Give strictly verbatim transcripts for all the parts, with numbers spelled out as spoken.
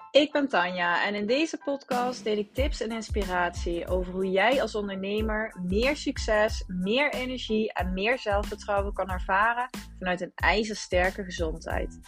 Ik ben Tanja en in deze podcast deel ik tips en inspiratie over hoe jij als ondernemer meer succes, meer energie en meer zelfvertrouwen kan ervaren vanuit een ijzersterke gezondheid.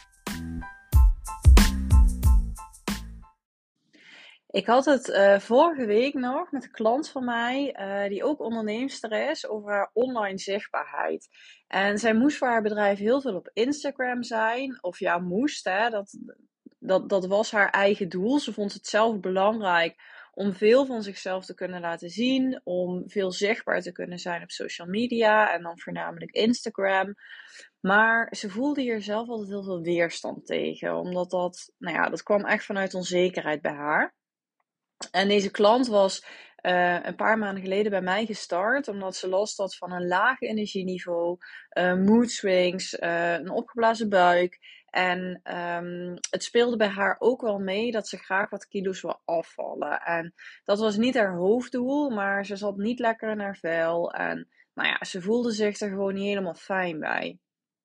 Ik had het uh, vorige week nog met een klant van mij, uh, die ook onderneemster is, over haar online zichtbaarheid. En zij moest voor haar bedrijf heel veel op Instagram zijn. Of ja, moest, hè. Dat, dat, dat was haar eigen doel. Ze vond het zelf belangrijk om veel van zichzelf te kunnen laten zien. Om veel zichtbaar te kunnen zijn op social media. En dan voornamelijk Instagram. Maar ze voelde hier zelf altijd heel veel weerstand tegen. Omdat dat, nou ja, dat kwam echt vanuit onzekerheid bij haar. En deze klant was uh, een paar maanden geleden bij mij gestart, omdat ze last had van een laag energieniveau, uh, mood swings, uh, een opgeblazen buik. En um, het speelde bij haar ook wel mee dat ze graag wat kilo's wil afvallen. En dat was niet haar hoofddoel, maar ze zat niet lekker in haar vel. En nou ja, ze voelde zich er gewoon niet helemaal fijn bij.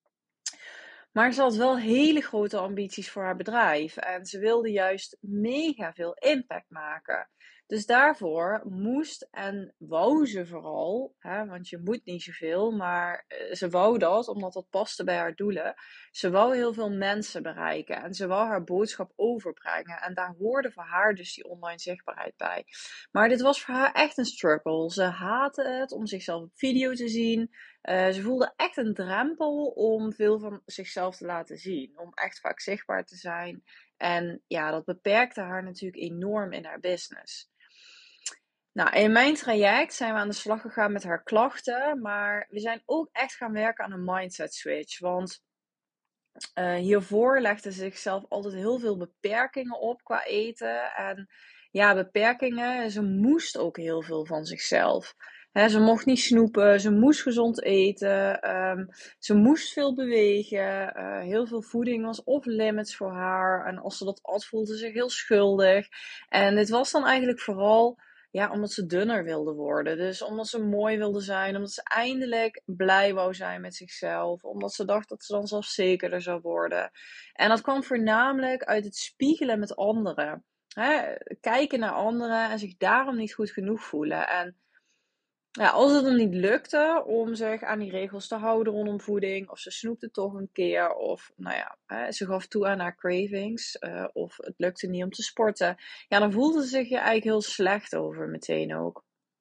Maar ze had wel hele grote ambities voor haar bedrijf. En ze wilde juist mega veel impact maken. Dus daarvoor moest en wou ze vooral, hè, want je moet niet zoveel, maar ze wou dat, omdat dat paste bij haar doelen. Ze wou heel veel mensen bereiken en ze wou haar boodschap overbrengen. En daar hoorde voor haar dus die online zichtbaarheid bij. Maar dit was voor haar echt een struggle. Ze haatte het om zichzelf op video te zien. Uh, ze voelde echt een drempel om veel van zichzelf te laten zien. Om echt vaak zichtbaar te zijn. En ja, dat beperkte haar natuurlijk enorm in haar business. Nou, in mijn traject zijn we aan de slag gegaan met haar klachten. Maar we zijn ook echt gaan werken aan een mindset switch. Want uh, hiervoor legde ze zichzelf altijd heel veel beperkingen op qua eten. En ja, beperkingen. Ze moest ook heel veel van zichzelf. He, ze mocht niet snoepen, ze moest gezond eten, um, ze moest veel bewegen. Uh, heel veel voeding was off limits voor haar. En als ze dat at, voelde ze zich heel schuldig. En dit was dan eigenlijk vooral ja, omdat ze dunner wilde worden. Dus omdat ze mooi wilde zijn, omdat ze eindelijk blij wou zijn met zichzelf. Omdat ze dacht dat ze dan zelfzekerder zou worden. En dat kwam voornamelijk uit het spiegelen met anderen. He, kijken naar anderen en zich daarom niet goed genoeg voelen. En ja, als het dan niet lukte om zich aan die regels te houden rondom voeding, of ze snoepte toch een keer, of nou ja, hè, ze gaf toe aan haar cravings, uh, of het lukte niet om te sporten, ja, dan voelde ze zich je eigenlijk heel slecht over meteen ook.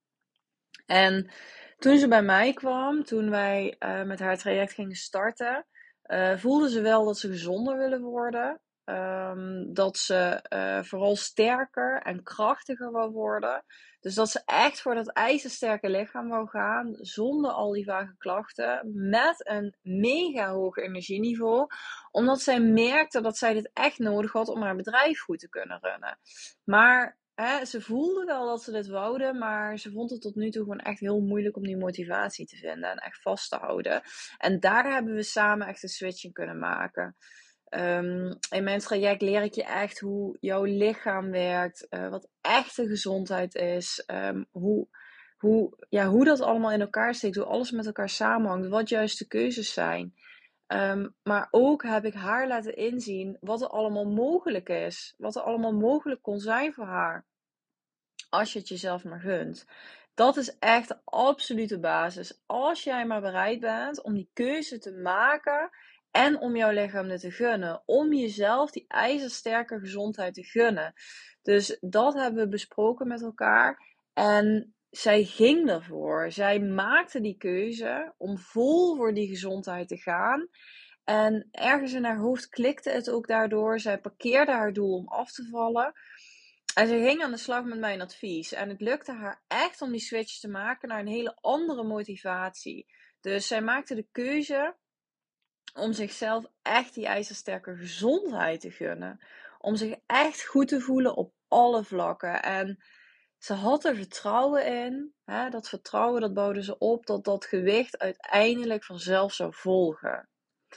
En toen ze bij mij kwam, toen wij uh, met haar traject gingen starten, uh, voelde ze wel dat ze gezonder willen worden. Um, dat ze uh, vooral sterker en krachtiger wou worden. Dus dat ze echt voor dat ijzersterke lichaam wou gaan, zonder al die vage klachten, met een mega hoog energieniveau, omdat zij merkte dat zij dit echt nodig had om haar bedrijf goed te kunnen runnen. Maar hè, ze voelde wel dat ze dit wouden, maar ze vond het tot nu toe gewoon echt heel moeilijk om die motivatie te vinden en echt vast te houden. En daar hebben we samen echt een switch in kunnen maken. Um, in mijn traject leer ik je echt hoe jouw lichaam werkt, uh, wat echte gezondheid is, um, hoe, hoe, ja, hoe dat allemaal in elkaar steekt, hoe alles met elkaar samenhangt, wat juist de keuzes zijn. Um, maar ook heb ik haar laten inzien wat er allemaal mogelijk is, wat er allemaal mogelijk kon zijn voor haar, als je het jezelf maar gunt. Dat is echt de absolute basis. Als jij maar bereid bent om die keuze te maken en om jouw lichaam dit te gunnen. Om jezelf die ijzersterke gezondheid te gunnen. Dus dat hebben we besproken met elkaar. En zij ging ervoor. Zij maakte die keuze om vol voor die gezondheid te gaan. En ergens in haar hoofd klikte het ook daardoor. Zij parkeerde haar doel om af te vallen. En ze ging aan de slag met mijn advies. En het lukte haar echt om die switch te maken naar een hele andere motivatie. Dus zij maakte de keuze om zichzelf echt die ijzersterke gezondheid te gunnen. Om zich echt goed te voelen op alle vlakken. En ze had er vertrouwen in. Hè, dat vertrouwen dat bouwde ze op dat dat gewicht uiteindelijk vanzelf zou volgen.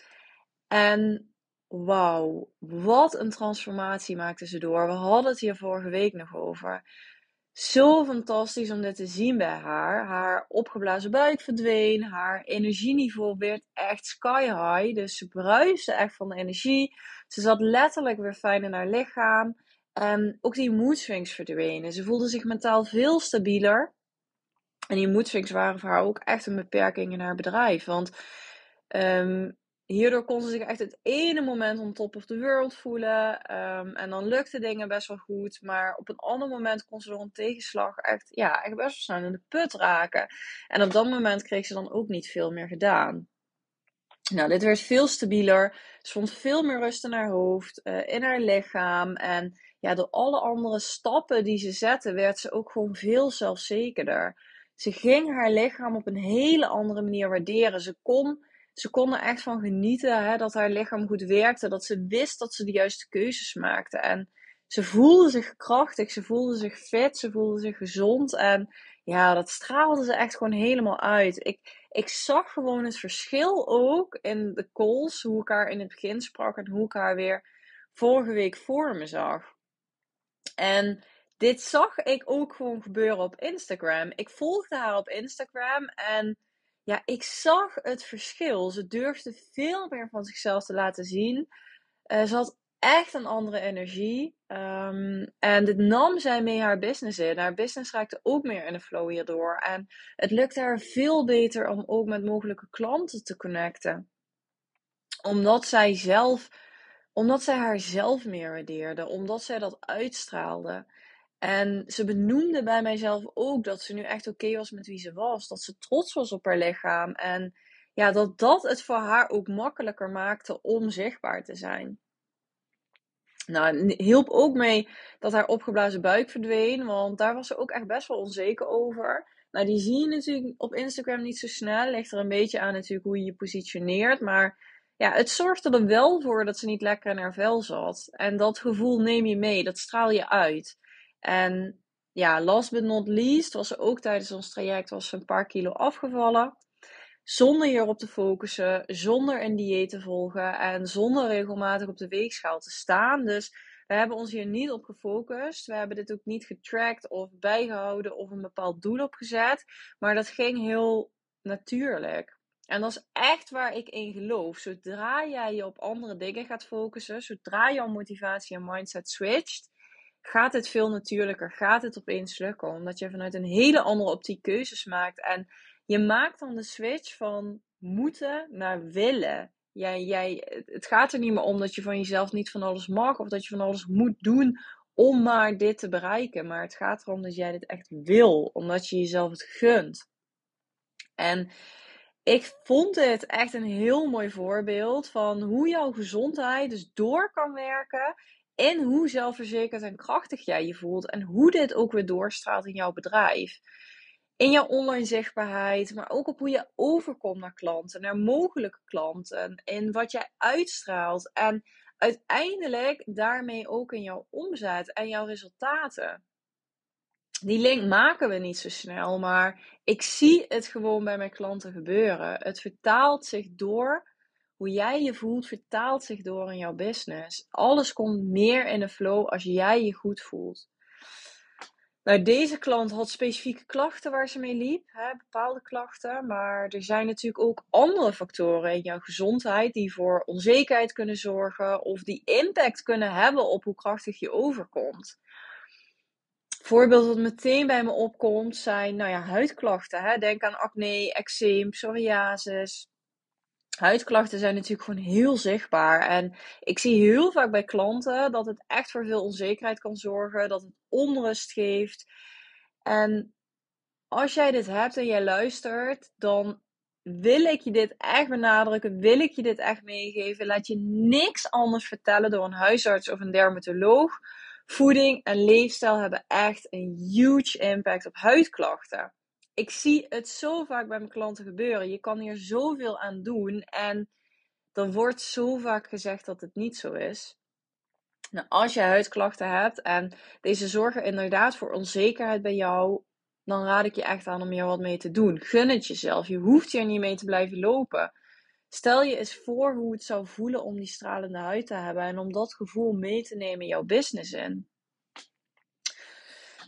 En wauw, wat een transformatie maakte ze door. We hadden het hier vorige week nog over. Zo fantastisch om dit te zien bij haar. Haar opgeblazen buik verdween. Haar energieniveau werd echt sky high. Dus ze bruiste echt van de energie. Ze zat letterlijk weer fijn in haar lichaam. En ook die mood swings verdwenen. Ze voelde zich mentaal veel stabieler. En die mood swings waren voor haar ook echt een beperking in haar bedrijf. Want um, hierdoor kon ze zich echt het ene moment on top of the world voelen. Um, en dan lukten dingen best wel goed. Maar op een ander moment kon ze door een tegenslag echt, ja, echt best wel snel in de put raken. En op dat moment kreeg ze dan ook niet veel meer gedaan. Nou, dit werd veel stabieler. Ze vond veel meer rust in haar hoofd, uh, in haar lichaam. En ja, door alle andere stappen die ze zette, werd ze ook gewoon veel zelfzekerder. Ze ging haar lichaam op een hele andere manier waarderen. Ze kon, ze kon er echt van genieten, hè, dat haar lichaam goed werkte. Dat ze wist dat ze de juiste keuzes maakte. En ze voelde zich krachtig, ze voelde zich fit, ze voelde zich gezond. En ja, dat straalde ze echt gewoon helemaal uit. Ik, ik zag gewoon het verschil ook in de calls, hoe ik haar in het begin sprak en hoe ik haar weer vorige week voor me zag. En dit zag ik ook gewoon gebeuren op Instagram. Ik volgde haar op Instagram en ja, ik zag het verschil. Ze durfde veel meer van zichzelf te laten zien. Uh, ze had echt een andere energie. Um, en dit nam zij mee haar business in. Haar business raakte ook meer in de flow hierdoor. En het lukte haar veel beter om ook met mogelijke klanten te connecten. Omdat zij zelf, omdat zij haarzelf meer waardeerde. Omdat zij dat uitstraalde. En ze benoemde bij mijzelf ook dat ze nu echt oké was met wie ze was. Dat ze trots was op haar lichaam. En ja, dat dat het voor haar ook makkelijker maakte om zichtbaar te zijn. Nou, hielp ook mee dat haar opgeblazen buik verdween. Want daar was ze ook echt best wel onzeker over. Nou, die zie je natuurlijk op Instagram niet zo snel. Ligt er een beetje aan natuurlijk hoe je je positioneert. Maar ja, het zorgde er wel voor dat ze niet lekker in haar vel zat. En dat gevoel neem je mee. Dat straal je uit. En ja, last but not least was ze ook tijdens ons traject was ze een paar kilo afgevallen. Zonder hierop te focussen, zonder een dieet te volgen en zonder regelmatig op de weegschaal te staan. Dus we hebben ons hier niet op gefocust. We hebben dit ook niet getracked of bijgehouden of een bepaald doel opgezet. Maar dat ging heel natuurlijk. En dat is echt waar ik in geloof. Zodra jij je op andere dingen gaat focussen, zodra jouw motivatie en mindset switcht, gaat het veel natuurlijker, gaat het opeens lukken. Omdat je vanuit een hele andere optiek keuzes maakt. En je maakt dan de switch van moeten naar willen. Jij, jij, het gaat er niet meer om dat je van jezelf niet van alles mag of dat je van alles moet doen om maar dit te bereiken. Maar het gaat erom dat jij dit echt wil, omdat je jezelf het gunt. En ik vond dit echt een heel mooi voorbeeld van hoe jouw gezondheid dus door kan werken in hoe zelfverzekerd en krachtig jij je voelt en hoe dit ook weer doorstraalt in jouw bedrijf. In jouw online zichtbaarheid, maar ook op hoe je overkomt naar klanten, naar mogelijke klanten, in wat jij uitstraalt en uiteindelijk daarmee ook in jouw omzet en jouw resultaten. Die link maken we niet zo snel, maar ik zie het gewoon bij mijn klanten gebeuren. Het vertaalt zich door, hoe jij je voelt, vertaalt zich door in jouw business. Alles komt meer in de flow als jij je goed voelt. Nou, deze klant had specifieke klachten waar ze mee liep, hè, bepaalde klachten. Maar er zijn natuurlijk ook andere factoren in jouw gezondheid die voor onzekerheid kunnen zorgen of die impact kunnen hebben op hoe krachtig je overkomt. Voorbeeld wat meteen bij me opkomt zijn nou ja, huidklachten. Hè? Denk aan acne, eczeem, psoriasis. Huidklachten zijn natuurlijk gewoon heel zichtbaar. En ik zie heel vaak bij klanten dat het echt voor veel onzekerheid kan zorgen. Dat het onrust geeft. En als jij dit hebt en jij luistert, dan wil ik je dit echt benadrukken. Wil ik je dit echt meegeven. Laat je niks anders vertellen door een huisarts of een dermatoloog. Voeding en leefstijl hebben echt een huge impact op huidklachten. Ik zie het zo vaak bij mijn klanten gebeuren. Je kan hier zoveel aan doen. En er wordt zo vaak gezegd dat het niet zo is. Nou, als je huidklachten hebt en deze zorgen inderdaad voor onzekerheid bij jou, dan raad ik je echt aan om hier wat mee te doen. Gun het jezelf. Je hoeft hier niet mee te blijven lopen. Stel je eens voor hoe het zou voelen om die stralende huid te hebben en om dat gevoel mee te nemen in jouw business in.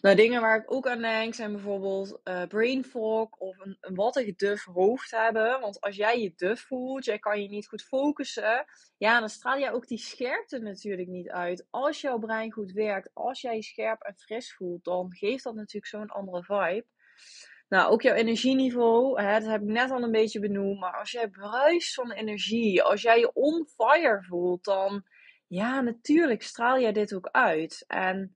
Nou, dingen waar ik ook aan denk zijn bijvoorbeeld uh, brain fog of een, een wattig duf hoofd hebben. Want als jij je duf voelt, jij kan je niet goed focussen, ja, dan straal jij ook die scherpte natuurlijk niet uit. Als jouw brein goed werkt, als jij je scherp en fris voelt, dan geeft dat natuurlijk zo'n andere vibe. Nou, ook jouw energieniveau, hè, dat heb ik net al een beetje benoemd. Maar als jij bruist van energie, als jij je on fire voelt, dan ja, natuurlijk straal jij dit ook uit. En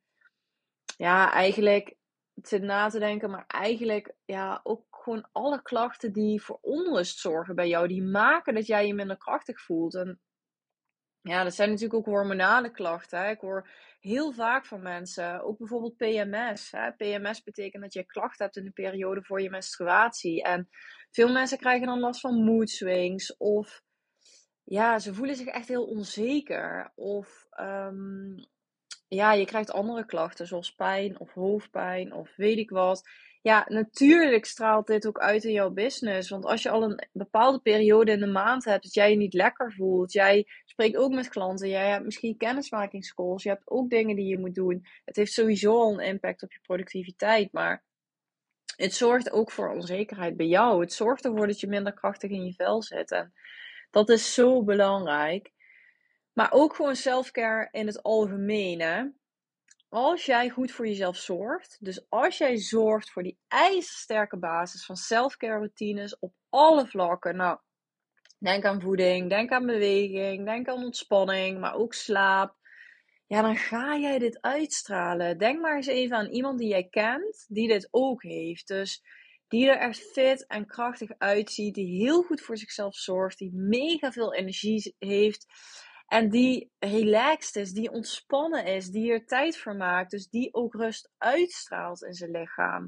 ja, eigenlijk ik zit na te denken, maar eigenlijk ja, ook gewoon alle klachten die voor onrust zorgen bij jou, die maken dat jij je minder krachtig voelt. En ja, dat zijn natuurlijk ook hormonale klachten. Hè. Ik hoor heel vaak van mensen, ook bijvoorbeeld P M S. Hè. P M S betekent dat je klachten hebt in de periode voor je menstruatie. En veel mensen krijgen dan last van mood swings of ja, ze voelen zich echt heel onzeker. Of um, ja, je krijgt andere klachten zoals pijn of hoofdpijn of weet ik wat. Ja, natuurlijk straalt dit ook uit in jouw business. Want als je al een bepaalde periode in de maand hebt dat jij je niet lekker voelt. Jij spreekt ook met klanten. Jij hebt misschien kennismakingscalls. Je hebt ook dingen die je moet doen. Het heeft sowieso al een impact op je productiviteit. Maar het zorgt ook voor onzekerheid bij jou. Het zorgt ervoor dat je minder krachtig in je vel zit. En dat is zo belangrijk. Maar ook gewoon selfcare in het algemeen. Hè? Als jij goed voor jezelf zorgt, dus als jij zorgt voor die ijzersterke basis van selfcare routines op alle vlakken. Nou, denk aan voeding, denk aan beweging, denk aan ontspanning, maar ook slaap. Ja, dan ga jij dit uitstralen. Denk maar eens even aan iemand die jij kent, die dit ook heeft. Dus die er echt fit en krachtig uitziet, die heel goed voor zichzelf zorgt, die mega veel energie heeft. En die relaxed is, die ontspannen is, die er tijd voor maakt. Dus die ook rust uitstraalt in zijn lichaam.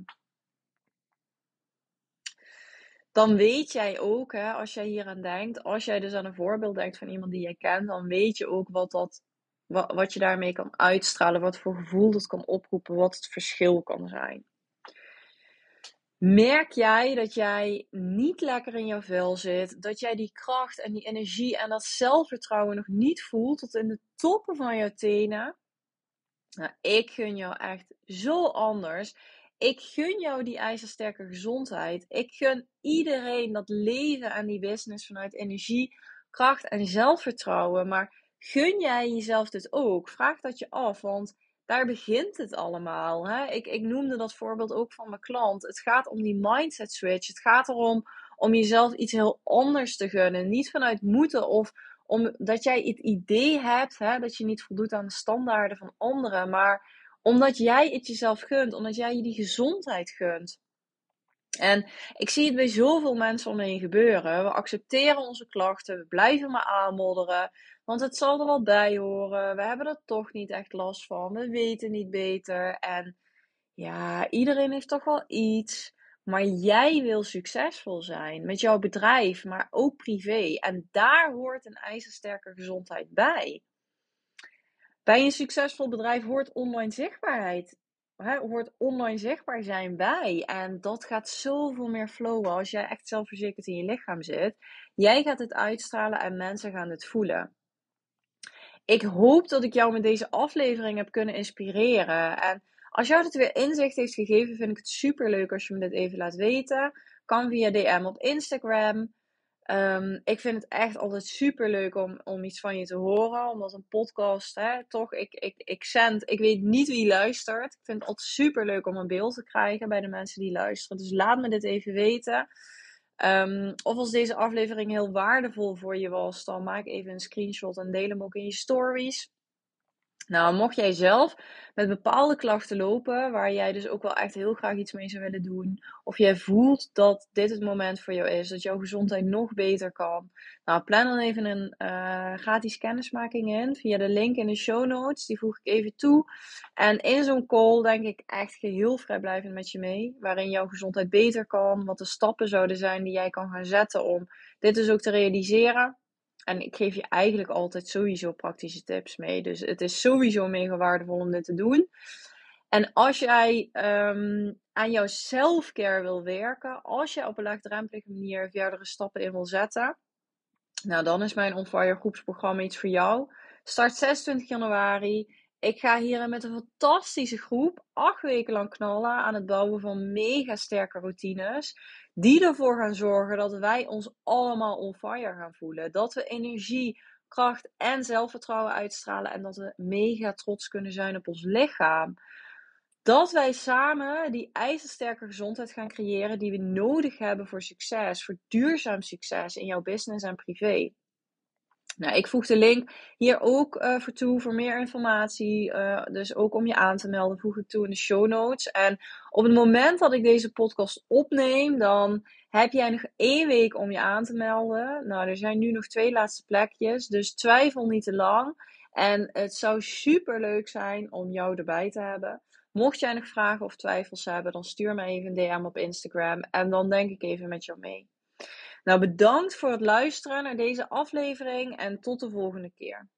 Dan weet jij ook, hè, als jij hier aan denkt, als jij dus aan een voorbeeld denkt van iemand die jij kent, dan weet je ook wat, dat, wat, wat je daarmee kan uitstralen, wat voor gevoel dat kan oproepen, wat het verschil kan zijn. Merk jij dat jij niet lekker in jouw vel zit, dat jij die kracht en die energie en dat zelfvertrouwen nog niet voelt tot in de toppen van jouw tenen? Nou, ik gun jou echt zo anders. Ik gun jou die ijzersterke gezondheid. Ik gun iedereen dat leven en die business vanuit energie, kracht en zelfvertrouwen. Maar gun jij jezelf dit ook? Vraag dat je af, want daar begint het allemaal. Hè? Ik, ik noemde dat voorbeeld ook van mijn klant. Het gaat om die mindset switch. Het gaat erom om jezelf iets heel anders te gunnen. Niet vanuit moeten of omdat jij het idee hebt, hè, dat je niet voldoet aan de standaarden van anderen. Maar omdat jij het jezelf gunt. Omdat jij je die gezondheid gunt. En ik zie het bij zoveel mensen om me heen gebeuren. We accepteren onze klachten. We blijven maar aanmodderen. Want het zal er wel bij horen. We hebben er toch niet echt last van. We weten niet beter. En ja, iedereen heeft toch wel iets. Maar jij wil succesvol zijn met jouw bedrijf, maar ook privé. En daar hoort een ijzersterke gezondheid bij. Bij een succesvol bedrijf hoort online zichtbaarheid. Hè, hoort online zichtbaar zijn bij. En dat gaat zoveel meer flowen als jij echt zelfverzekerd in je lichaam zit. Jij gaat het uitstralen en mensen gaan het voelen. Ik hoop dat ik jou met deze aflevering heb kunnen inspireren. En als jou dit weer inzicht heeft gegeven, vind ik het super leuk als je me dit even laat weten. Kan via D M op Instagram. Um, ik vind het echt altijd super leuk om, om iets van je te horen. Omdat een podcast, hè, toch, ik, ik, ik zend, ik weet niet wie luistert. Ik vind het altijd super leuk om een beeld te krijgen bij de mensen die luisteren. Dus laat me dit even weten. Um, of als deze aflevering heel waardevol voor je was, dan maak even een screenshot en deel hem ook in je stories. Nou, mocht jij zelf met bepaalde klachten lopen, waar jij dus ook wel echt heel graag iets mee zou willen doen, of jij voelt dat dit het moment voor jou is, dat jouw gezondheid nog beter kan, nou, plan dan even een uh, gratis kennismaking in via de link in de show notes, die voeg ik even toe. En in zo'n call denk ik echt geheel vrijblijvend met je mee, waarin jouw gezondheid beter kan, wat de stappen zouden zijn die jij kan gaan zetten om dit dus ook te realiseren. En ik geef je eigenlijk altijd sowieso praktische tips mee. Dus het is sowieso mega waardevol om dit te doen. En als jij um, aan jouw selfcare wil werken, als je op een laagdrempelige manier verdere stappen in wil zetten, nou dan is mijn On Fire groepsprogramma iets voor jou. Start zesentwintig januari. Ik ga hierin met een fantastische groep acht weken lang knallen aan het bouwen van mega sterke routines. Die ervoor gaan zorgen dat wij ons allemaal on fire gaan voelen. Dat we energie, kracht en zelfvertrouwen uitstralen. En dat we mega trots kunnen zijn op ons lichaam. Dat wij samen die ijzersterke gezondheid gaan creëren die we nodig hebben voor succes. Voor duurzaam succes in jouw business en privé. Nou, ik voeg de link hier ook uh, voor toe voor meer informatie. Uh, dus ook om je aan te melden, voeg ik toe in de show notes. En op het moment dat ik deze podcast opneem, dan heb jij nog één week om je aan te melden. Nou, er zijn nu nog twee laatste plekjes, dus twijfel niet te lang. En het zou super leuk zijn om jou erbij te hebben. Mocht jij nog vragen of twijfels hebben, dan stuur me even een D M op Instagram. En dan denk ik even met jou mee. Nou, bedankt voor het luisteren naar deze aflevering en tot de volgende keer.